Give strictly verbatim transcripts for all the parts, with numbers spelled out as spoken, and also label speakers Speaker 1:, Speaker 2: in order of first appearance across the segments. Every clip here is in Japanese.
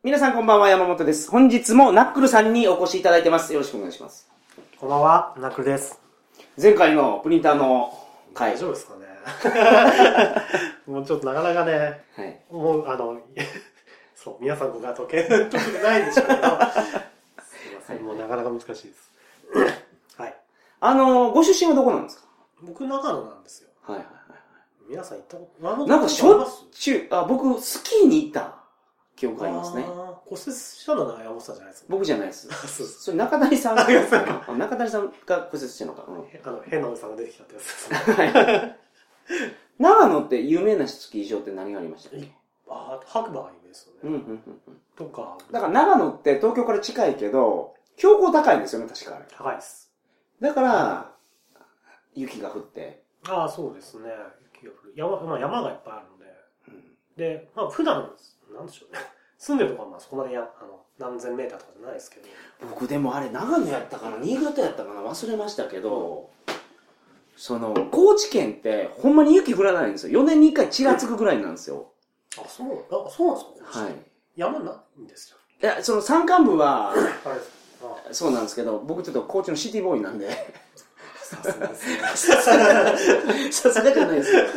Speaker 1: 皆さんこんばんは、山本です。本日もナックルさんにお越しいただいてます。よろしくお願いします。
Speaker 2: こんばんは、ナックルです。
Speaker 1: 前回のプリンターの回。
Speaker 2: 大丈夫ですかねもうちょっとなかなかね、はい、もうあの、そう、皆さんごが解けるところないでしょうけど、すいません、はい、もうなかなか難しいです。はい。
Speaker 1: あの、ご出身はどこなんですか？
Speaker 2: 僕、長野なんですよ。
Speaker 1: はいはいはい。
Speaker 2: 皆さん行ったこと
Speaker 1: なんかしょっちゅう、あ、僕、スキーに行った記憶がありますね。
Speaker 2: 骨折したのは山本さんじゃないですか？
Speaker 1: 僕じゃないです。そうそれ中谷さんが、中谷さんが骨折してるのか。うん、
Speaker 2: あの、変なおじさんが出てきたってやつですね。
Speaker 1: はい。長野って有名なスキー場って何がありましたっけ？
Speaker 2: あ、白馬が有名ですよね。
Speaker 1: うんうんうん。
Speaker 2: とか。
Speaker 1: だから長野って東京から近いけど、標高高いんですよね、確かあれ。
Speaker 2: 高いです。
Speaker 1: だから、雪が降って。
Speaker 2: ああ、そうですね。雪が降る。山、まあ、山がいっぱいあるので。うん、で、まあ普段、なんでしょうね。住んでるところはまあそこまでや、あの、何千メーターとかじゃないですけど。
Speaker 1: 僕でもあれ長野やったかな、新潟やったかな、忘れましたけど、うん、その、高知県ってほんまに雪降らないんですよ。よねんにいっかいちらつくぐらいなんですよ。
Speaker 2: あ、そう、あ、そうなんですか？
Speaker 1: はい。
Speaker 2: 山ないんですよ。
Speaker 1: いや、その山間部は、
Speaker 2: あれ
Speaker 1: そうなんですけど、僕ちょっと高知のシティボーイなんで。
Speaker 2: さすがですね。
Speaker 1: さすがじゃないですよ。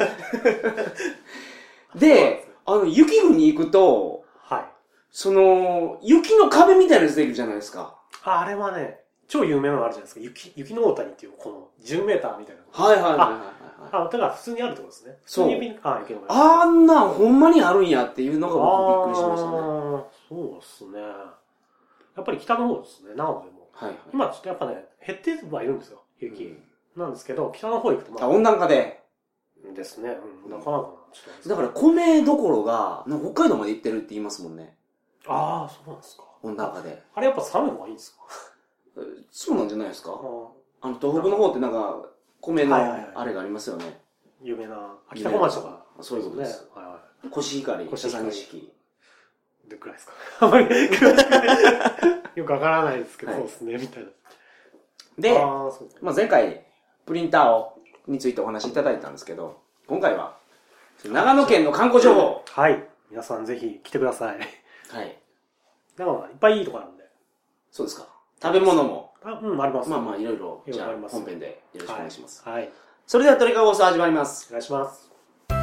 Speaker 1: で、あの、雪国に行くと、
Speaker 2: はい。
Speaker 1: その、雪の壁みたいなやつできるじゃないですか。
Speaker 2: あ、あれはね、超有名なのあるじゃないですか。雪、雪の大谷っていう、このじゅうメーターみたいな。
Speaker 1: はいはいはいはい、はい。
Speaker 2: あ、だから普通にあるってことですね。
Speaker 1: そう。
Speaker 2: あ、雪の
Speaker 1: あんなんほんまにあるんやっていうのが僕びっくりしましたね。
Speaker 2: ああ、そうですね。やっぱり北の方ですね、長野でも。はいはい、今ちょっとやっぱね、減ってはいるんですよ、雪。うん、なんですけど、北の方行くとま
Speaker 1: あ、温暖化で。
Speaker 2: ですね。うん、なかなかちょっと。
Speaker 1: だから米どころが、なんか北海道まで行ってるって言いますもんね。
Speaker 2: ああ、そうなんですか。
Speaker 1: 温暖化で。
Speaker 2: あれやっぱ寒い方がいいんですか？
Speaker 1: そうなんじゃないですか？あの、東北の方ってなんか、米のあれがありますよね。
Speaker 2: 有名な、秋田小町とか。
Speaker 1: そういうことです。はいはい。コシヒカリ、コシヒカリ。
Speaker 2: でくらいですか？あまり、よくわからないですけど、そうですね、みたいな。
Speaker 1: で、まあ前回、プリンターを、についてお話しいただいたんですけど、今回は、長野県の観光情報。
Speaker 2: はい。皆さんぜひ来てください。
Speaker 1: はい。
Speaker 2: 長野はいっぱいいいとこあるんで。
Speaker 1: そうですか。食べ物も。
Speaker 2: あ、うん、あります。
Speaker 1: まあまあ、いろいろ、じゃあ、本編でよろしくお願いします。
Speaker 2: はい。
Speaker 1: それでは、鳥かご放送始まります。
Speaker 2: お願いします。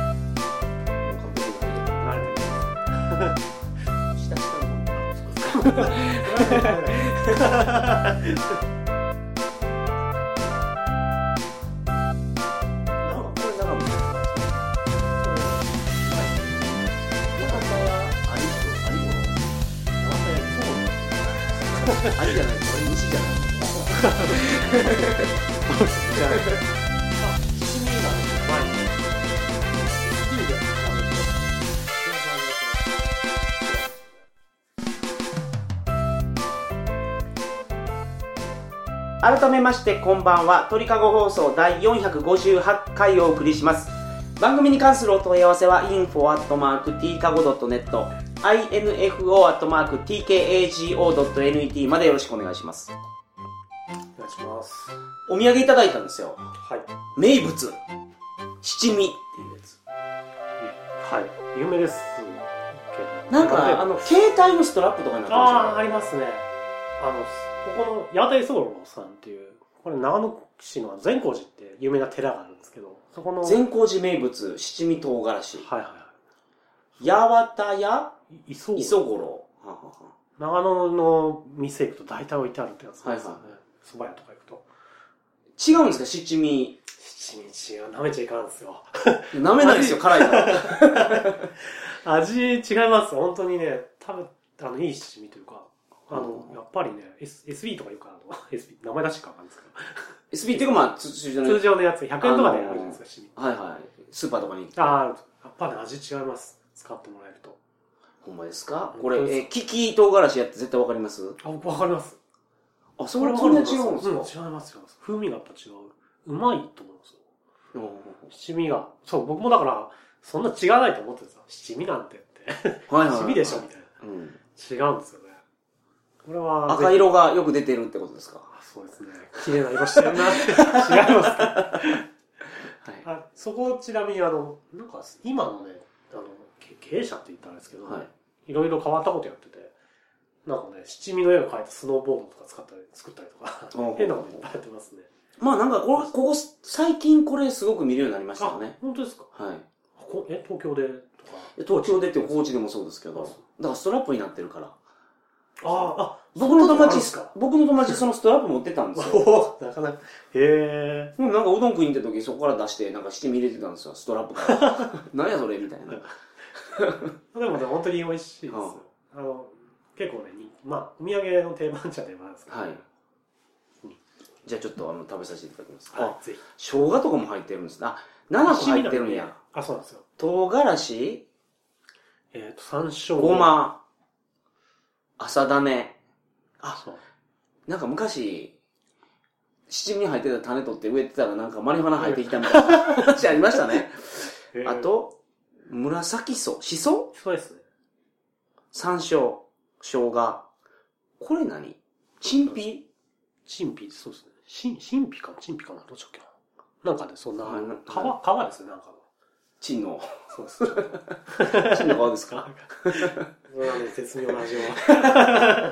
Speaker 1: あれじゃない、これ虫じゃない。じゃあ、七味がうまいね。改めましてこんばんは。鳥かご放送だいよんひゃくごじゅうはちかいをお送りします。番組に関するお問い合わせは インフォ アットマーク ティーカゴ ドットネット インフォ アットマーク ティーケーエージーオー ドットネット までよろしくお願いします。
Speaker 2: お願いします。
Speaker 1: お土産いただいたんですよ。
Speaker 2: はい。
Speaker 1: 名物七味っていうやつ。
Speaker 2: はい。有名です
Speaker 1: けど。なんかあの携帯のストラップとかになってましたね。
Speaker 2: ああ、ありますね。あのここの八幡磯五郎さんっていう、これ長野市の善光寺って有名な寺があるんですけど、そこの
Speaker 1: 善光寺名物七味唐辛子。
Speaker 2: はいはい。
Speaker 1: 八幡屋
Speaker 2: 磯
Speaker 1: 五郎。
Speaker 2: 長野の店行くと大体置いてあるってやつですよね。蕎麦屋とか行くと。
Speaker 1: 違うんですか、七味。
Speaker 2: 七味違う。舐めちゃいかんですよ。
Speaker 1: 舐めないですよ、辛いから。
Speaker 2: 味違います。本当にね、食べ、あの、いい七味というか、あの、やっぱりね、S、エスビー とかいうか、エスビー、名前出してかわかんないですけど。
Speaker 1: エスビー っていうかまあ、通常の。
Speaker 2: 通常のやつ、ひゃくえんとかであるじゃないですか、七味。
Speaker 1: はいはい。スーパーとかに行って。
Speaker 2: ああ、やっぱね、味違います。使ってもらえると。
Speaker 1: ほんまですか？これ、え、キキ唐辛子やって絶対わかります？
Speaker 2: あ、僕わかります。
Speaker 1: あ、それそんな違うんです
Speaker 2: か？うん、違いますよ。風味がやっぱ違う。うまいと思いますよ。七味が。そう、僕もだから、そんな違わないと思ってた。七味なんてって。
Speaker 1: はいはい。
Speaker 2: 七味でしょみたいな。うん。違うんですよね。これは。
Speaker 1: 赤色がよく出てるってことですか？
Speaker 2: そうですね。綺麗な色してるなって。違います。はい。あ、そこちなみにあの、なんか、今のね、あの、経営者って言ったんですけど、はい、いろいろ変わったことやってて、 なんかね、七味の絵が描いたスノーボードとか使ったり、作ったりとか、変なこといっぱいやってますね。
Speaker 1: まあなんかこれ、ここ、最近これすごく見るようになりましたよね。
Speaker 2: 本当ですか？
Speaker 1: はい。
Speaker 2: こえ、東京でとか
Speaker 1: 東京でって高知でもそうですけど、だからストラップになってるから。
Speaker 2: ああ、
Speaker 1: 僕の友達、僕の友達そのストラップ持ってたんですよ。
Speaker 2: なかなか。へえ。
Speaker 1: なんかうどん食いに行った時そこから出して、なんか七味入れてたんですよ、ストラップから。何やそれみたいな。
Speaker 2: でもね、本当に美味しいですよ。あの、結構ね、まあ、お土産の定番茶でもあるんですけど。はい。
Speaker 1: じゃあちょっとあの食べさせていただきます。
Speaker 2: あ、ぜひ。
Speaker 1: 生姜とかも入ってるんですね。あ、ななこ入ってるんや。
Speaker 2: あ、そうなんですよ。
Speaker 1: 唐辛子、
Speaker 2: えっと、山椒。
Speaker 1: ごま、朝種。あ、なんか昔、七味に入ってた種取って植えてたらなんかマリファナ入ってきたみたいな話ありましたね。あと、紫蘇、しそ？
Speaker 2: そうですね。
Speaker 1: 山椒、生姜。これ何？陳皮？
Speaker 2: 陳皮、そうですね。新、新皮かな陳皮かなどっちだっけななんかね、そんな、皮、皮ですね、なんか。
Speaker 1: 陳の。
Speaker 2: そうです。
Speaker 1: 陳の皮ですか？
Speaker 2: それはね、絶妙な味を。
Speaker 1: はい。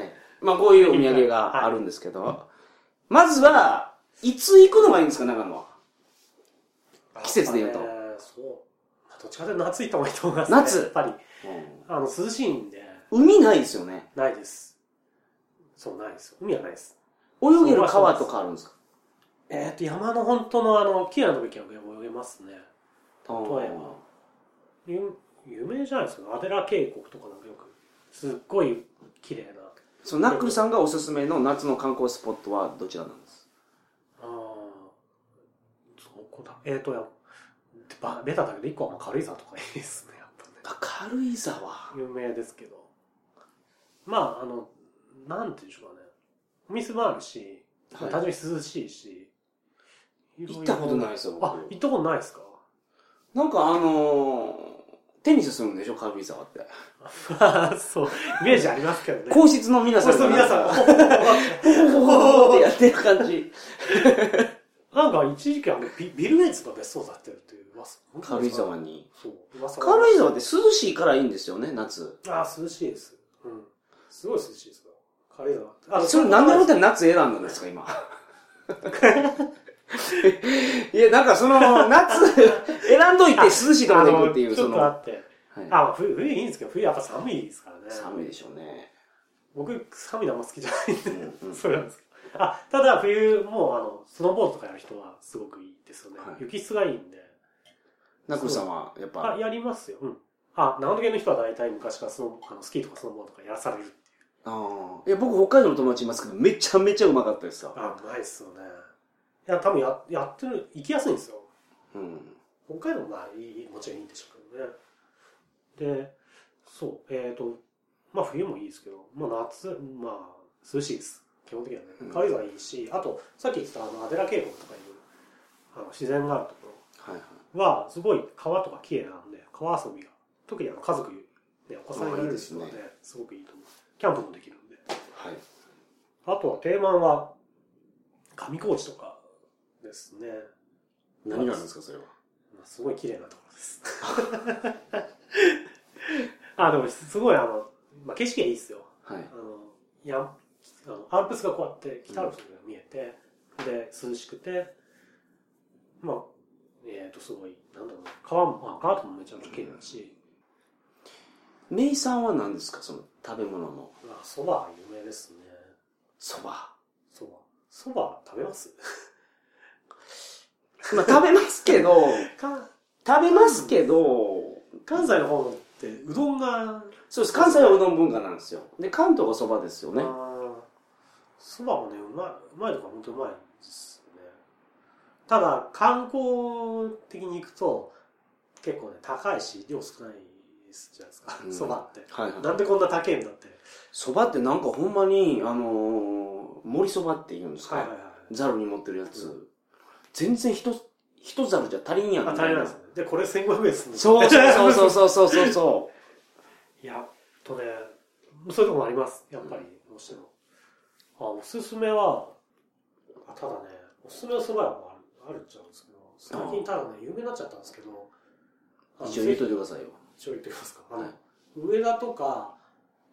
Speaker 1: まあ、こういうお土産があるんですけど、はい、まずは、いつ行くのがいいんですか、長野は。季節で言うと。
Speaker 2: そう。どっちかというと夏行った方がいいと思いますね。
Speaker 1: 夏
Speaker 2: やっぱり。うん、あの、涼しいんで。
Speaker 1: 海ないですよね。
Speaker 2: ないです。そう、ないですよ。海はないです。
Speaker 1: 泳げる川とかあるんですか？
Speaker 2: えっと、山の本当のあの、キラの時は泳げますね。例えば。有名じゃないですか。アデラ渓谷とかなんかよく。すっごい綺麗な。
Speaker 1: そう、ナックルさんがおすすめの夏の観光スポットはどちらなんです？
Speaker 2: ああ、そこだ。えっと、やベタだけど、一個は軽井沢とかいいですね、やっぱね。
Speaker 1: あ、軽井沢。
Speaker 2: 有名ですけど。まあ、あの、なんていうんでしょうかね。お店もあるし、はい、単純に涼しいし。
Speaker 1: 行ったことないですよ、
Speaker 2: 僕。あ、行ったことないですか？なん
Speaker 1: かあのー、テニスするんでしょ、軽井沢って。
Speaker 2: そう、イメージありますけどね。
Speaker 1: 皇室の皆さんが。
Speaker 2: 皇室の皆さんが。
Speaker 1: ほほほってやってる感じ。
Speaker 2: なんか一時期あのビビル・ゲイツが別荘だってるっていう噂。
Speaker 1: 軽井沢に。
Speaker 2: そう。
Speaker 1: 軽井沢って涼しいからいいんですよね、夏。
Speaker 2: ああ、涼しいです。うん。すごい涼しいですよ。軽井沢。
Speaker 1: あ、それなんでもって夏選んだんですか、今。いや、なんかその、夏、選んどいて涼しいところで行くっていう、その。
Speaker 2: ちょっとあって。はい、あ、冬、冬いいんですけど、冬やっぱ寒いですからね。
Speaker 1: 寒いでしょうね。
Speaker 2: 僕、寒いのあんま好きじゃないんで、うんうん、それなんですけど。あ、ただ冬、もうあの、スノーボードとかやる人はすごくいいですよね。はい、雪質がいいんで。
Speaker 1: ナクルさんは、やっぱ。
Speaker 2: あ、やりますよ。うん。あ、長野県の人は大体昔からスノあのスキーとかスノーボードとかやらされるっていう。
Speaker 1: ああ。いや、僕、北海道の友達いますけど、めちゃめちゃうまかったですよ。
Speaker 2: あ、うまいっすよね。いや、多分や、やってる、行きやすいんですよ。うん。北海道もまあ、いい、もちろんいいんでしょうけどね。で、そう、えっと、まあ冬もいいですけど、まあ夏、まあ涼しいです。基本的にはね。軽井沢いいし、あと、さっき言ってたあの、アデラ渓谷とかいう、あの、自然があるところは、すごい川とか綺麗なんで、川遊びが、特にあの、家族、ね、お子さんがいる人はね、すごくいいと思う。キャンプもできるんで。はい。あとは定番は、上高地とかですね。
Speaker 1: 何なんですか、それは。
Speaker 2: すごい綺麗なところです。あ、でも、すごいあの、まあ、景色がいいですよ。はい。あの、や、あの、アルプスがこうやって北アルプスが見えて、うん、で、涼しくて、まあ、えっ、ー、と、すごい、なんだろう、川も、あ、川ともめちゃめちゃ綺麗だし。
Speaker 1: 名産は何ですか、その食べ物の。
Speaker 2: あ、蕎麦は有名ですね。
Speaker 1: 蕎麦。
Speaker 2: 蕎麦。蕎麦食べます
Speaker 1: まあ食べますけど、食べますけど、
Speaker 2: 関西の方ってうどんが、
Speaker 1: そうです、関西はうどん文化なんですよ。で、関東が蕎麦ですよね。
Speaker 2: 蕎麦もね、うまい、うまいとか本当うまいですよね。ただ、観光的に行くと、結構ね、高いし、量少ないじゃないですか、蕎麦って。はいはい。なんでこんな高いんだって。
Speaker 1: 蕎麦ってなんかほんまに、あのー、盛り蕎麦って言うんですか、はいはいはい、ざるに持ってるやつ。うん、全然一、一ざるじゃ足りんやん。
Speaker 2: あ、足りないですね。で、これせんごひゃくえんですね。
Speaker 1: そうそうそうそうそうそうそう。
Speaker 2: いや、とね、そういうとこもあります。やっぱり、どうしても。あ、おすすめは、あ、ただね、おすすめの蕎麦屋もある、あるっちゃうんですけど、最近ただね、有名になっちゃったんですけど、
Speaker 1: 一応言っといてくださいよ。
Speaker 2: 一応言ってくださいか。はい、上田とか、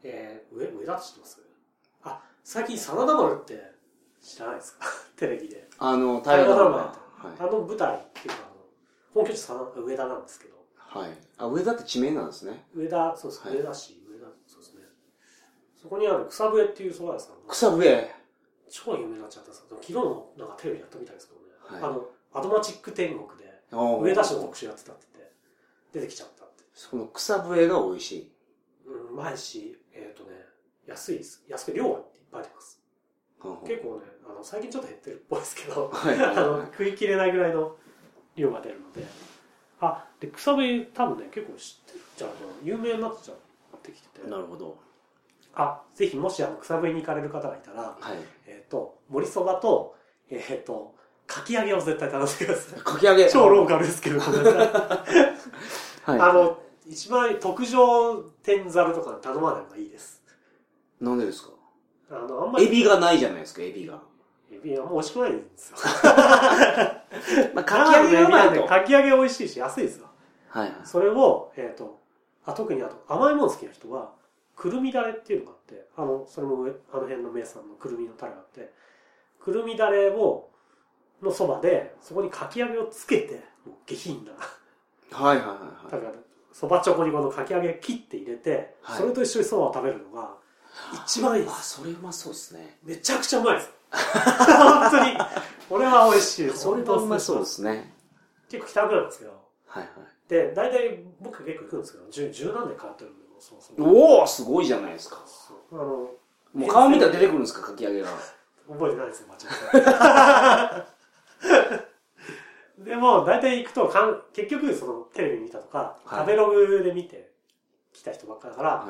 Speaker 2: えー、上、上田って知ってます？あ、最近真田丸って知らないですか？テレビで。
Speaker 1: あの、大河ドラマやって
Speaker 2: る。あの舞台っていうか、あの、本拠地上田なんですけど。
Speaker 1: はい。あ、上田って地名なんですね。
Speaker 2: 上田、そうです。はい、上田市、上田、そうですね。そこにある草笛っていう蕎麦屋さん。
Speaker 1: 草笛
Speaker 2: 超有名になっちゃったんですけど、昨日もなんかテレビやったみたいですけどね。はい、あの、アドマチック天国で、上田市の特集やってたって言って、出てきちゃったって。
Speaker 1: その草笛が美味しい。
Speaker 2: うん、うまいし、えっ、ー、とね、安いです。安く量はいっぱい出ます。結構ね、あの、最近ちょっと減ってるっぽいですけど、はいはいはい、あの、食い切れないぐらいの量が出るので。あ、で、草笛多分ね、結構知ってるじゃん、有名になっちゃってきてて。
Speaker 1: なるほど。
Speaker 2: あ、ぜひもしあの草笛に行かれる方がいたら、はい、えっ、ー、と、盛りそばと、えっ、ー、と、かき揚げを絶対頼んでください。
Speaker 1: かき揚げ
Speaker 2: 超ローカルですけど、ごめんなさい。はい、あの、一番特上天ざるとか頼まない方がいいです。
Speaker 1: なんでですか？
Speaker 2: あの、あんまり。
Speaker 1: エビがないじゃないですか、エビが。
Speaker 2: エビはもう美味しくないんですよ。
Speaker 1: まあ、かき揚げがうまいと。
Speaker 2: かき揚げ美味しいし、安いですよ。
Speaker 1: はいはい。
Speaker 2: それを、えっ、ー、と、あ、特にあと、甘いもの好きな人は、くるみだれっていうのがあって、あの、それも上、あの辺の名産のくるみのタレがあって、くるみだれを、のそばで、そこにかき揚げをつけて、もう下品な。
Speaker 1: はいはいはい。
Speaker 2: だから、そばちょこにこのかき揚げ切って入れて、はい、それと一緒にそばを食べるのが、一番いいです。
Speaker 1: あ、それうまそうですね。
Speaker 2: めちゃくちゃうまいです。本当に。これは美味しいです。
Speaker 1: それはうまそうですね。
Speaker 2: 結構北区なんですけど。
Speaker 1: はいはい。
Speaker 2: で、大体僕結構行くんですけど、十、十何年通ってるんで、そうそう。
Speaker 1: おお、すごいじゃないですか。
Speaker 2: あの、も
Speaker 1: う顔見たら出てくるんですか、かき揚げが。
Speaker 2: 覚えてないですよ、間違えて。でも、大体行くとかん、結局、その、テレビ見たとか、はい、食べログで見てきた人ばっかだから、はい、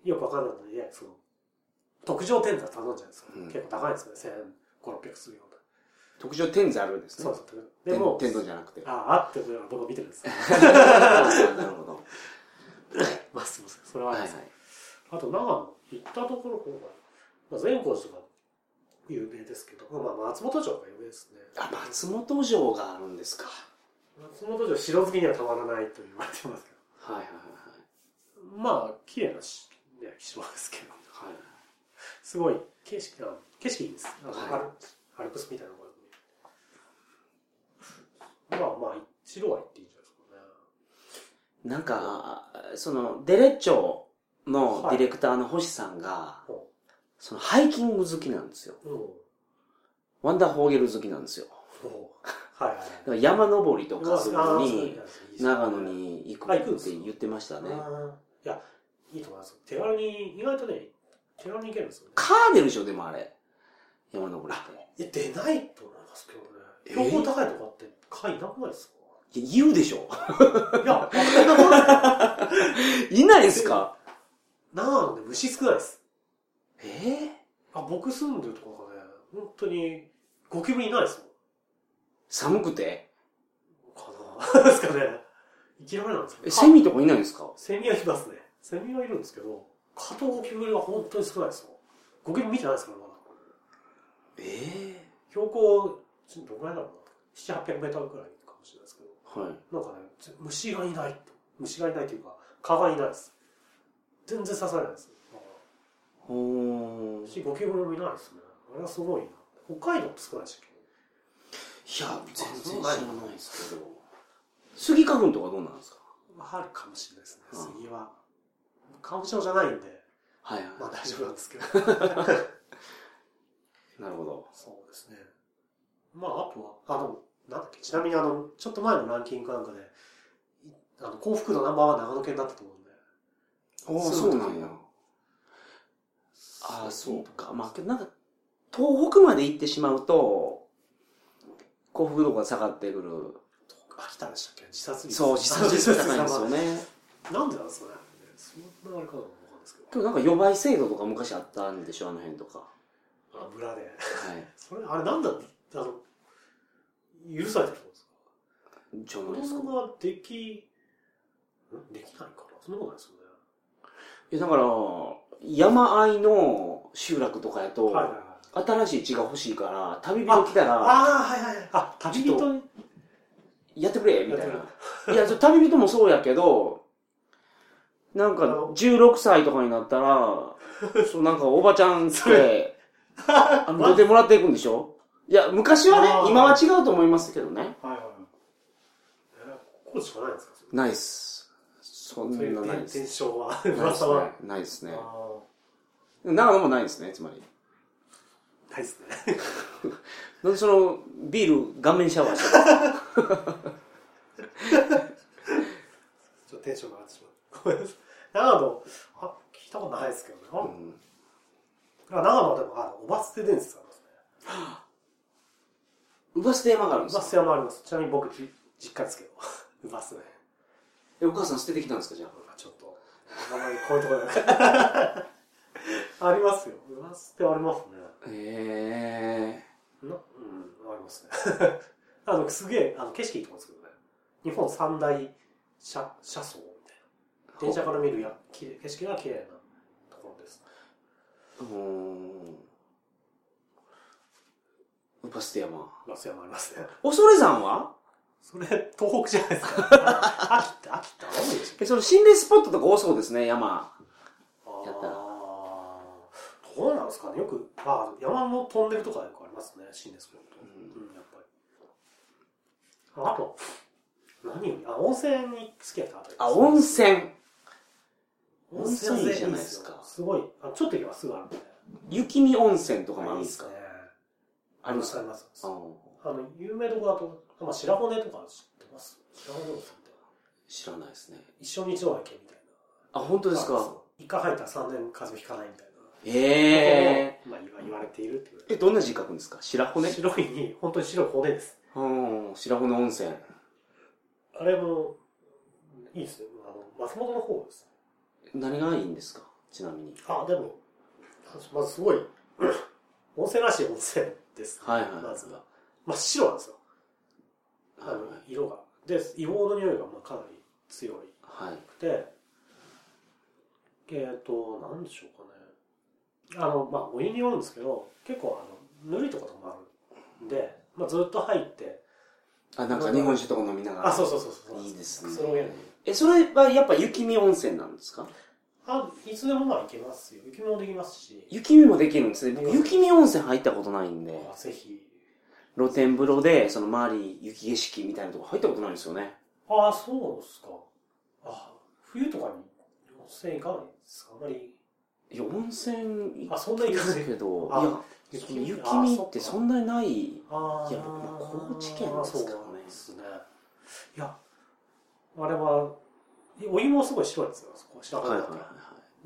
Speaker 2: よくわかんないので、その、特上天ざ頼んじゃうんですよ。うん、結構高いんですよね、せんごひゃく、ろっぴゃくするような。
Speaker 1: 特上天ざるですね。
Speaker 2: そうそう。でも、
Speaker 1: 天丼じゃなくて。
Speaker 2: ああ、あってことは僕は見てるんですよ。
Speaker 1: なるほど。
Speaker 2: まあ、すいません。それはあれです、はいはい。あと、長野、行ったところ、まあ、善光寺とか有名ですけど、まあ、松本城が有名ですね。
Speaker 1: あ、松本城があるんですか。
Speaker 2: 松本城、城好きにはたまらないと言われてますけど。
Speaker 1: はいはいはい。
Speaker 2: まあ、綺麗なし、ね、城ですけど。はい。すごい、景色が、景色いいです。あの、はい、アルアルプスみたいなところに。まあまあ、一度は行っていいんじゃないですか
Speaker 1: ね。なんか、その、デレッチョのディレクターの星さんが、はい、その、ハイキング好きなんですよ。うん、ワンダーフォーゲル好きなんですよ。はいはいはい、だから山登りとかするのに、長野に行くって言ってましたね。
Speaker 2: いや、いいと思います。手軽に、意外とね、手軽に行けるんですよね。
Speaker 1: カー出るでしょ、でもあれ。山登りって。
Speaker 2: いや、出ないと思いますけどね。標高高いとかって、蚊いなくないですか？
Speaker 1: いや、言うでしょ。
Speaker 2: いや、そんなもん
Speaker 1: いないですか？
Speaker 2: 長野で虫少ないです。
Speaker 1: えぇ、
Speaker 2: あ、僕住んでるところがね、本当に、ゴキブリいないですもん。
Speaker 1: 寒くて
Speaker 2: かなですかね。生きられないんですか？
Speaker 1: え、セミとかいないんですか？
Speaker 2: セミはいますね。セミはいるんですけど、蚊とゴキブリは本当に少ないですよ。ゴキブリ見てないですから、まだ。
Speaker 1: えぇ、
Speaker 2: 標高、どこらいだろうな。ななひゃく、はっぴゃくメートルくらいかもしれないですけど。はい。なんかね、虫がいないと。虫がいないというか、蚊がいないです。全然刺されないです。ほー。し、ゴキブリもいないですね。あれはすごいな。北海道って少ないし。
Speaker 1: いや、全然知らないですけど。スギ花粉とかどうなんですか？
Speaker 2: あるかもしれないですね、杉は。花粉症じゃないんで、
Speaker 1: はいはい。
Speaker 2: まあ大丈夫なんですけど。
Speaker 1: なるほど。
Speaker 2: そうですね。まあ、あとは、あの、なんだっけ、ちなみにあの、ちょっと前のランキングなんかで、あの、幸福度ナンバーワン長野県だったと思うんで。
Speaker 1: ああ、そうなんや。ああ、そうか。まあ、なんか、東北まで行ってしまうと、幸福度が下がってくる。
Speaker 2: 秋田でしたっけ？自殺率。
Speaker 1: そう、自殺率が高いんですよね。
Speaker 2: なんでなんですかね。そんなあれかなのかわかんないですけど。
Speaker 1: 今日なんか予売制度とか昔あったんでしょ、あの辺とか。
Speaker 2: あ、村で。はい。
Speaker 1: そ
Speaker 2: れ、あれなんだ、あの、許されてるんですか？
Speaker 1: じゃないですか。
Speaker 2: 子供ができ、できないかな？そんなことないですよね。
Speaker 1: いや、だから、山あいの集落とかやと、はいはいはい、新しい血が欲しいから、旅人来たら、
Speaker 2: ああ、はいはいはい。あ、旅人に。
Speaker 1: やってくれみたいな。いや、旅人もそうやけど、 なんかじゅうろくさいとかになったらそうなんかおばちゃんってあの出てもらっていくんでしょ。いや昔はね、今は違うと思いますけどね。はいはい。
Speaker 2: えここしかないんですか。
Speaker 1: ないっす。そんなないです。
Speaker 2: 伝承は噂は
Speaker 1: ないですね。長野もないですね、つまり。
Speaker 2: ないですね。
Speaker 1: なんでそのビール顔面シャワーしてるち
Speaker 2: ょっとテンションが上がってしまう。ごめんなさい。長野、あ、聞いたことないですけどね。うん、あ長野はでも、あ、おばすて伝説ありますね。
Speaker 1: うばすて山があるんですか。
Speaker 2: うばすて山あります。ちなみに僕、実家ですけど。うばすね。
Speaker 1: え、お母さん捨ててきたんですか、じゃあ。
Speaker 2: ちょっと、あんまりこういうところで。ありますよ。うばすてありますね。
Speaker 1: へ
Speaker 2: えー。な、うん、ありますね。あの、すげえ、あの、景色いいところですけどね。日本三大車、車窓みたいな。電車から見るや景色が綺麗なところです。
Speaker 1: うん。うばすて山。
Speaker 2: うばすて山ありますね。
Speaker 1: 恐山は
Speaker 2: それ、東北じゃないですか。秋って、秋って青いでしょ。
Speaker 1: え、その心霊スポットとか多そうですね、山。やったら。
Speaker 2: どうなんですかね。よく、あ、山のトンネルとかよくありますね、心霊スポット。うん、うん、やっぱり。あと、何より、あ、温泉に好きやったあたり。
Speaker 1: あ、温泉。
Speaker 2: 温泉いいじゃないですか。すごい、あ、ちょっと行けばすぐあるんで。
Speaker 1: 雪見温泉とかもあるんですか。
Speaker 2: いいですね。
Speaker 1: ありますか。
Speaker 2: あります。あの、有名どこだと、まあ、白骨とか知ってます。白骨温泉って。
Speaker 1: 知らないですね。
Speaker 2: 一生に一度は行けみたいな。
Speaker 1: あ、本当ですか。
Speaker 2: 一回入ったら三年風邪ひかないみたいな。
Speaker 1: ええー。
Speaker 2: まあ言われているっていう。
Speaker 1: え、どんな字書くんですか。白骨。
Speaker 2: 白いに、本当に白い骨です。
Speaker 1: うん、白骨温泉。
Speaker 2: あれも、いいですね。あの、松本の方です。
Speaker 1: 何がいいんですか、ちなみに。
Speaker 2: あ、でも、まずすごい、温泉らしい温泉です、ね。
Speaker 1: はいはい。
Speaker 2: まずは。真っ白なんですよ。あの、色が。で、硫黄の匂いがまあかなり強い。はい。で、えっと、なんでしょうかね。あの、まあ、お湯によるんですけど、結構、あの、ぬるいところもあるんで、まあ、ずっと入って、
Speaker 1: あ、なんか日本酒とか飲みながら。
Speaker 2: あ、そうそうそうそう。
Speaker 1: いいですね。
Speaker 2: それをやる。
Speaker 1: え、それはやっぱ雪見温泉なんですか。
Speaker 2: あ、いつでもまあ行けますよ。雪見もできますし。
Speaker 1: 雪見もできるんですね。僕、雪見温泉入ったことないんで。
Speaker 2: あ、ぜひ。
Speaker 1: 露天風呂で、その周り雪景色みたいなとこ入ったことないんですよね。
Speaker 2: ああ、そうですか。あ、冬とかに温泉行かないんですか。あんまり。
Speaker 1: いや、温泉
Speaker 2: あ、そんな行かない
Speaker 1: けど、いや、雪見ってそんなにない。いや、僕、高知県ですからね。
Speaker 2: そうですね。いや、あれは、お湯もすごい白いんですよ。そこ白い。はいはいはい。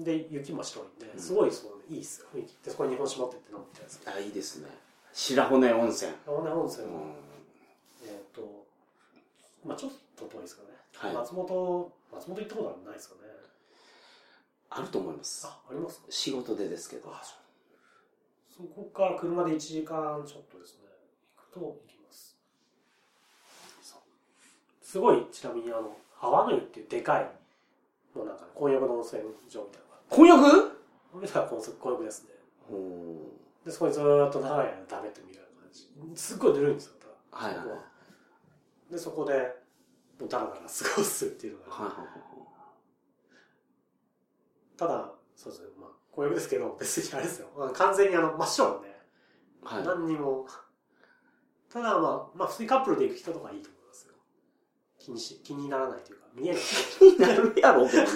Speaker 2: で、雪も白いんで、すごいそう、いいっすよ。雰囲気。で、そこに日本酒持ってって飲むみたいです。
Speaker 1: あ、いいですね。白骨温泉。
Speaker 2: 白骨温泉は、えっと、まあちょっと遠いですかね。はい。松本、松本行ったことはないですかね。
Speaker 1: あると思います。
Speaker 2: あ、ありますか。
Speaker 1: 仕事でですけど。
Speaker 2: そこから車でいちじかんちょっとですね、行くと行きます。すごい、ちなみにあの、阿波の湯っていうでかい、もうなんか、混浴の温泉場みたいな。
Speaker 1: 混浴？
Speaker 2: これが混浴ですね。で、そこにずーっと長い間食べてみるような感じ。すっごいぬるいんですよ、はいはい。で、そこで、もうダラダラ過ごすっていうのが。はいはいはい。ただ、そうですね、まあ、混浴ですけど、別にあれですよ。完全にあの、真っ白なんで、はい、何にも。ただまあ、まあ普通にカップルで行く人とかいいと思いますよ。気にし、気にならないというか、見えない。
Speaker 1: 気になるやろうけどね。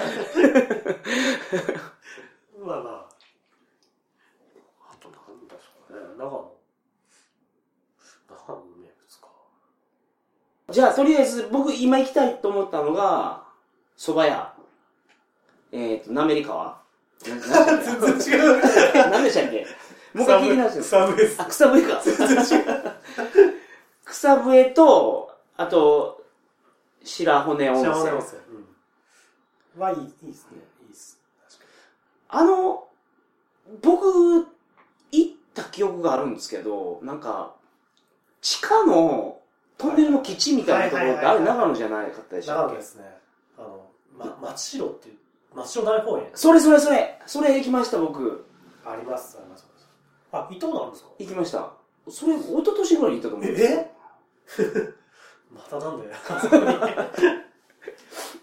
Speaker 2: まあまあ。あとなんだしょうね。長野。長野名物か。
Speaker 1: じゃあ、とりあえず僕今行きたいと思ったのが、蕎麦屋。えっと、なめり川。全然違う。何でしたっけ。もう一回聞き直して。
Speaker 2: 草笛です。
Speaker 1: あ、草笛か。全然違う。草笛と、あと、白骨温泉。白骨温泉。
Speaker 2: うん。はいい、いいですね。いいです。確かに。
Speaker 1: あの、僕、行った記憶があるんですけど、なんか、地下のトンネルの基地みたいなところって、あれ長野じゃないかったでしょ。
Speaker 2: 長野ですね。あの、ま、松代っていう、松代大公園。
Speaker 1: それそれそれ。それ行きました、僕。
Speaker 2: あります、あります。あ、行ったことあるんですか。
Speaker 1: 行きました。それ、一昨年ぐらいに行ったと思うんですよ。
Speaker 2: えまたなんで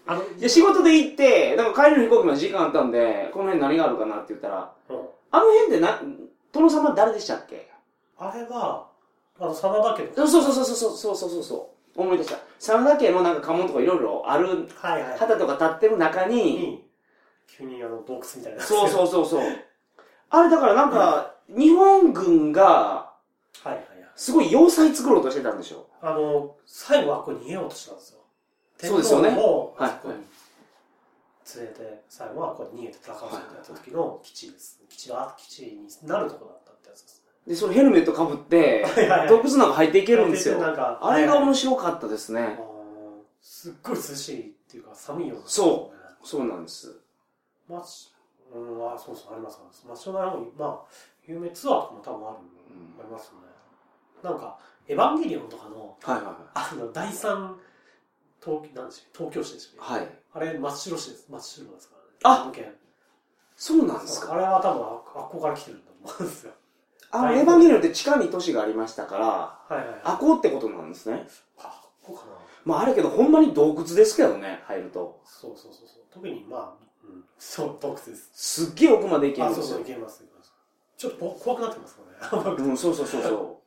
Speaker 1: あのいや仕事で行って、なんか帰りの飛行機まで時間あったんで、この辺何があるかなって言ったら、うん、あの辺でな、殿様誰でしたっけ？
Speaker 2: あれは、あの、真田家
Speaker 1: の。そうそうそうそうそうそうそうそう。思い出した。真田家のなんか家紋とかいろいろある、はいはい、旗とか立ってる中に、
Speaker 2: 急にあの洞窟みたいな。
Speaker 1: そうそうそうそう。あれだからなんか、うん、日本軍が、はいはいはい。すごい要塞作ろうとしてたんでしょ。
Speaker 2: あの、最後はここに逃げようとしたんですよ。
Speaker 1: そうですよね。
Speaker 2: をあそこに連れて、最後はここに逃げて戦わせてやった時の基地です。基地が基地になるところだったってやつですね。
Speaker 1: で、それヘルメットかぶって、洞窟なんか入っていけるんですよ。あれが面白かったですね。
Speaker 2: すっごい涼しいっていうか寒いような、ね。
Speaker 1: そう。そうなんです。
Speaker 2: まあ、うん、あ、そうそう、ありますあります。マッショナルまあ、有名ツアーとかも多分ある、うん、ありますよね。なんか、エヴァンゲリオンとかの、はいはいはい、あの、第三、東、なんでしょう、東京市ですよね。はい。あれ、真っ白市です。真っ白ですからね。
Speaker 1: あ、そうなんですか。
Speaker 2: あれは多分、あっこから来てるんだと思うんですよ。
Speaker 1: あの、エヴァンゲリオンって地下に都市がありましたから、はいはいはい。あこってことなんですね。
Speaker 2: あこかな。
Speaker 1: まあ、あれけど、ほんまに洞窟ですけどね、入ると。
Speaker 2: そうそうそうそう。特に、まあ、うん、そう、洞窟です。
Speaker 1: すっげえ奥まで行けるんですよ。
Speaker 2: あ、そうそう、行けます、行けます。ちょっと怖くなってますからね。
Speaker 1: うん、そうそうそうそう。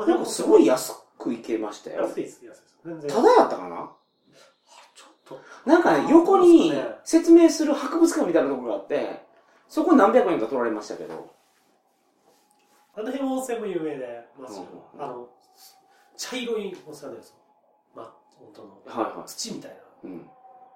Speaker 1: なんかすごい安く行けましたよ。
Speaker 2: 安いです、安いです。全然。
Speaker 1: ただやったかな？ちょっと。なんかね、横に説明する博物館みたいなところがあって、そこ何百円か取られましたけど。
Speaker 2: あの辺温泉も有名で、まず、うん、あの、茶色い温泉ですよ。まあ、本当の。はいはい。土みたいな。うん。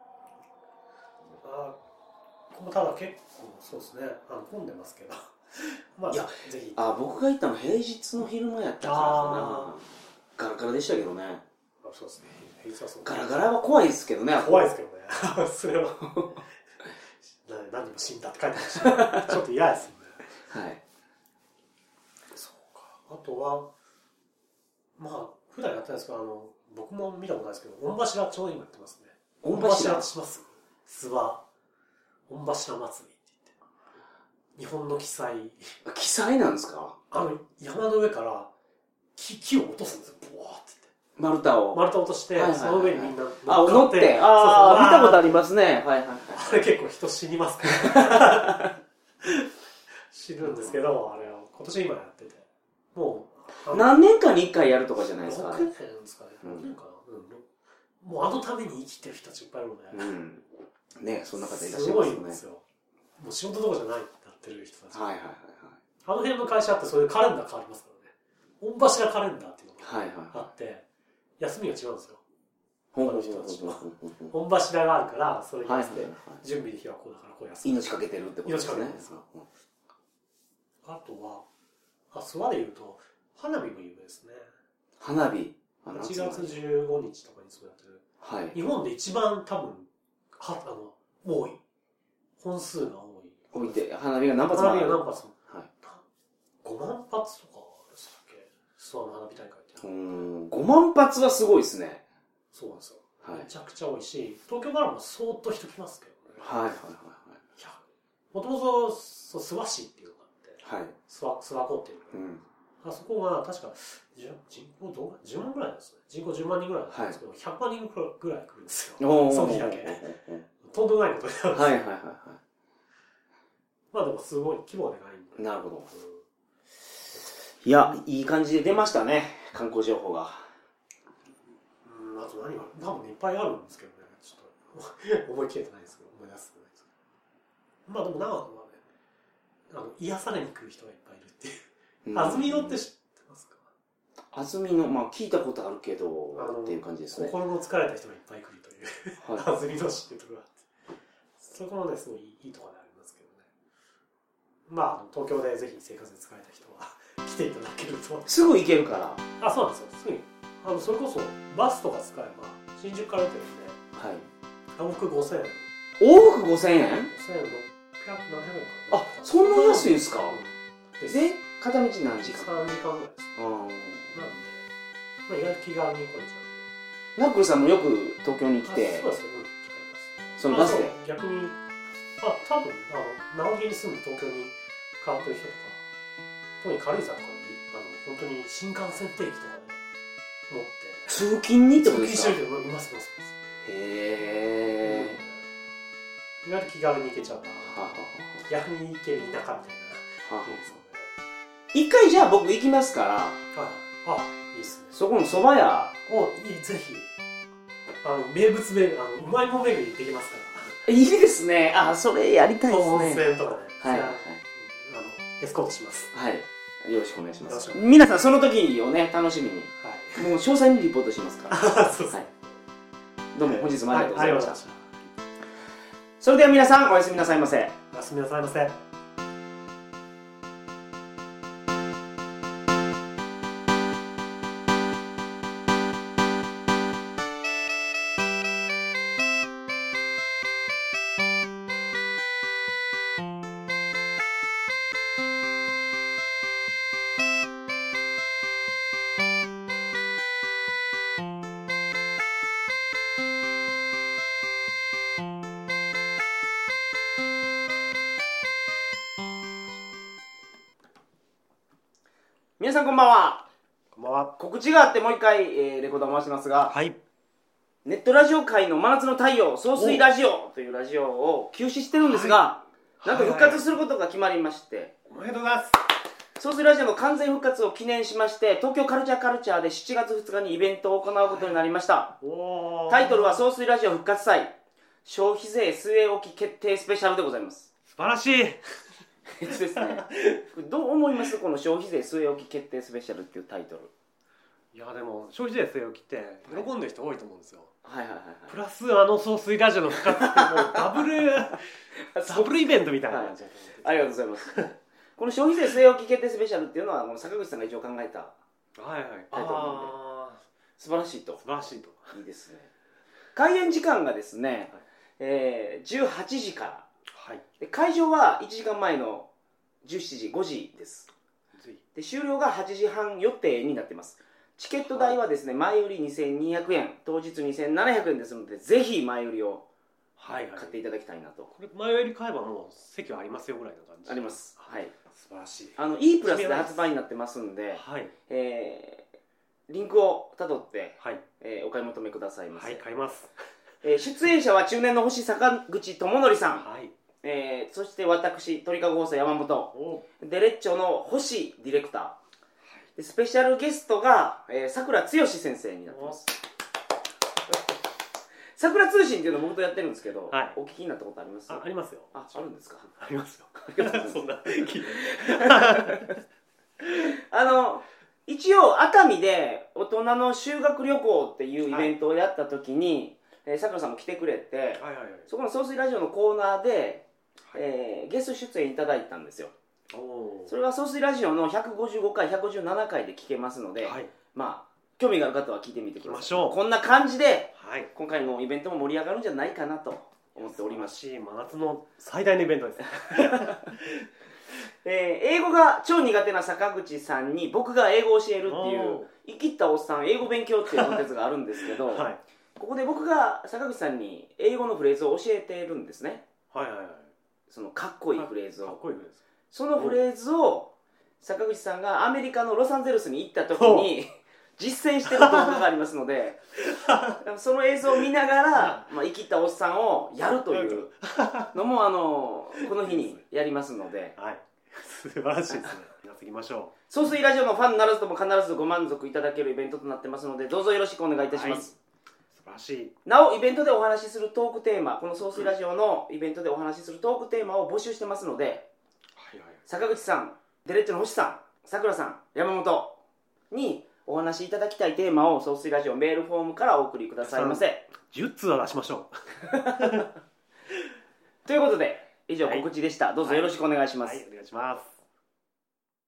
Speaker 2: あここただ結構、そうですね。あの、混んでますけど。まあ、いや、ぜひ。
Speaker 1: あ、僕が行ったの平日の昼間やったからかな。ガラガラでしたけどね。
Speaker 2: あ、そうですね。平日はそう。
Speaker 1: ガラガラは怖いですけどね。
Speaker 2: 怖いですけどね。それは。何も死んだって書いてました。ちょっと嫌ですよね。はい。そうか。あとは、まあ、普段やってないですけど、あの、僕も見たことないですけど、御柱町今やってますね。御柱します。諏訪。御柱祭りって言って。日本の奇祭。
Speaker 1: 奇祭なんですか？
Speaker 2: あの、山の上から木、木を落とすんですよ。ボワーって。
Speaker 1: 丸太を。
Speaker 2: 丸太を落として、はいはいはい、その上にみんな乗っかって。
Speaker 1: あ、乗って。ああ、見たことありますね。はいはいはい。
Speaker 2: あれ結構人死にますから。死ぬんですけど、あれは今年今やってて。も
Speaker 1: う、何年かにいっかいやるとかじゃないですか。
Speaker 2: ろくねんですかね。ろくねんかな、うん。もうあのために生きてる人たちいっぱいいるので。
Speaker 1: うん。ねそんな方いらっしゃいます
Speaker 2: よね。すごいんですよ。もう仕事とかじゃないってやってる人たち。
Speaker 1: はいはいはいはい。
Speaker 2: あの辺の会社ってそういうカレンダー変わりますからね。御柱カレンダーっていうのがあって、はいはいはい、休みが違うんですよ。他の人たちは。御柱があるから、それに合わせて、準備の日はこうだからこう休む。
Speaker 1: 命かけてるってことですね。命かけてるんですよ。
Speaker 2: あとは、あ、諏訪で言うと、花火も有名ですね。
Speaker 1: 花火
Speaker 2: はちがつじゅうごにちとかにそうやってる。はい。日本で一番多分、は、あの、多い。本数が多い。
Speaker 1: 多いって、花火が何発も
Speaker 2: 花火が何発も。はい。ごまん発とかでしたっけ？諏訪の花火大会って。うん。
Speaker 1: ごまん発はすごいですね。
Speaker 2: そうなんですよ。はい。めちゃくちゃ多いし、東京からも相当人来ますけどね。はいはいはいはい。もともと、そう、諏訪市っていうのがあって。はい。諏訪、諏訪湖っていうのが。うん。あそこが確か人口どうかじゅうまんぐらいですね。人口じゅうまんにんぐらいなんですけど、はい、ひゃくまんにんぐらい来るんですよ。その日だけ。とんでもないことになるんですよ。はいはいはいはい。まあでもすごい規模でかいんで。
Speaker 1: なるほど。いや、いい感じで出ましたね、観光情報が。
Speaker 2: うん、あと何が、多分いっぱいあるんですけどね。ちょっと思い切れてないですけど、思い出せてないですけど。まあでも長野はね、あの癒されに来る人がいっぱいいるっていう。安曇野って知ってますか？
Speaker 1: 安曇野、まあ聞いたことあるけどっていう感じですね。
Speaker 2: 心の疲れた人がいっぱい来るという、はい、安曇野市っていうところがあって、そこもねすごいいいところでありますけどね。まあ東京でぜひ生活で疲れた人は来ていただけると
Speaker 1: すぐ行けるから。
Speaker 2: あ、そうなんですよ。すぐにあのそれこそバスとか使えば新宿から出てるんで、はい。往復ごせんえん。
Speaker 1: 往復ごせんえん？
Speaker 2: ごせんえんろっぴゃくななひゃくえん
Speaker 1: かな。あ、そんな安いですか？で片道何時間？さん
Speaker 2: じかんぐらいです。ああ。なんで、まあ、意外と気軽に来れちゃう。
Speaker 1: ナックルさんもよく東京に来て。
Speaker 2: そうですね。
Speaker 1: そのバスで。
Speaker 2: 逆に、あ、多分、あの、直木に住んで東京に通ってる人とか、特に軽井沢とかに、あの、本当に新幹線定期とかで持って。
Speaker 1: 通勤にってことですか？
Speaker 2: 通勤してる人います、います、います。
Speaker 1: へえ、
Speaker 2: 意外と気軽に行けちゃうか
Speaker 1: ははは
Speaker 2: 逆に行ける田舎みたいな。
Speaker 1: は一回じゃあ僕行きますから、
Speaker 2: はい、あ、いいっすね。
Speaker 1: そこの蕎麦屋
Speaker 2: お、いい、ぜひ。あの名物巡り、あのうまいもん巡りできますから。
Speaker 1: いいですね。あ、それやりたいですね。
Speaker 2: 温泉とかね。
Speaker 1: はいはいはい。
Speaker 2: あのエスコートします。
Speaker 1: はい。よろしくお願いします。皆さんその時をね楽しみに。はい。もう詳細にリポートしますから。そうです。はい。どうも本日もありがとうございました。はい、それでは皆さんおやすみなさいませ。
Speaker 2: おやすみなさいませ。
Speaker 1: 皆さんこんばんは。
Speaker 2: こんばんは。
Speaker 1: 告知があってもう一回、えー、レコーダーを回しますが、
Speaker 2: はい、
Speaker 1: ネットラジオ界の真夏の太陽総水ラジオというラジオを休止してるんですが、はい、なんと復活することが決まりまして、
Speaker 2: おめでとうございます。
Speaker 1: 総水ラジオの完全復活を記念しまして、東京カルチャーカルチャーでしちがつふつかにイベントを行うことになりました。はい、タイトルは総水ラジオ復活祭消費税据え置き決定スペシャルでございます。
Speaker 2: 素晴らしい。
Speaker 1: えっとですね、どう思いますこの消費税据え置き決定スペシャルっていうタイトル。
Speaker 2: いやでも消費税据え置きって喜んでる人多いと思うんですよ。
Speaker 1: はいはいはい、はい、
Speaker 2: プラスあの総水ラジオの復活ってもうダブルダブルイベントみたいな感じだと思って、
Speaker 1: はい、ありがとうございますこの消費税据え置き決定スペシャルっていうのはこの坂口さんが一応考えた
Speaker 2: はいはい
Speaker 1: タイトルなんで、あ素晴らしいと。素晴らしいと。いいですね。開演時間がですね、はい、えー、じゅうはちじから、はい、で会場はいちじかんまえのじゅうしちじごじです。で終了がはちじはん予定になっています。チケット代はですね、はい、前売りにせんにひゃくえん、当日にせんななひゃくえんですので、ぜひ前売りを買っていただきたいなと。はいはい、
Speaker 2: これ前売り買えばもう席はありますよぐらいの感じ。
Speaker 1: あります。はい。
Speaker 2: 素晴らしい。
Speaker 1: あの E プラスで発売になってますんで、はい、えー、リンクをたどって、はい、えー、お買い求めくださいませ。
Speaker 2: はい、買います。
Speaker 1: えー、出演者は中年の星坂口智則さん。はい。えー、そして私鳥かご放送山本デレッチョの星ディレクターでスペシャルゲストがさくらつよし先生になってます。さくら通信っていうのを僕とやってるんですけど、はい、お聞きになったことあります？
Speaker 2: あ, ありますよ。
Speaker 1: あ、あるんですか？
Speaker 2: ありますよ。そんな
Speaker 1: あの一応熱海で大人の修学旅行っていうイベントをやった時にさくらさんも来てくれて、はいはいはい、そこの総水ラジオのコーナーではい、えー、ゲスト出演いただいたんですよ。おそれは総水ラジオのひゃくごじゅうごかいひゃくごじゅうななかいで聞けますので、はい、まあ興味がある方は聞いてみてください。こんな感じで、はい、今回のイベントも盛り上がるんじゃないかなと思っております。
Speaker 2: 真夏の最大のイベントです、
Speaker 1: えー、英語が超苦手な坂口さんに僕が英語を教えるっていう生きったおっさん英語勉強っていうコンテンツがあるんですけど、はい、ここで僕が坂口さんに英語のフレーズを教えてるんですね。はいはいはい。そのかっこいいフレーズを、かっこいいフレーズ、そのフレーズを坂口さんがアメリカのロサンゼルスに行った時に実践してる動画がありますのでその映像を見ながら、まあ、生きったおっさんをやるというのもあのこの日にやりますので、はい、
Speaker 2: 素晴らしいですね。やっていきましょう。
Speaker 1: 総水ラジオのファンならずとも必ずご満足いただけるイベントとなってますので、どうぞよろしくお願いいたします。はい、なおイベントでお話しするトークテーマ、この総水ラジオのイベントでお話しするトークテーマを募集してますので、はいはい、坂口さん、デレッチョの星さん、さくらさん、山本にお話しいただきたいテーマを総水ラジオメールフォームからお送りくださいませ。
Speaker 2: じゅっつうは出しましょ
Speaker 1: うということで以上告知でした、はい、どうぞよろしくお願いします。
Speaker 2: はいはい、お願いします。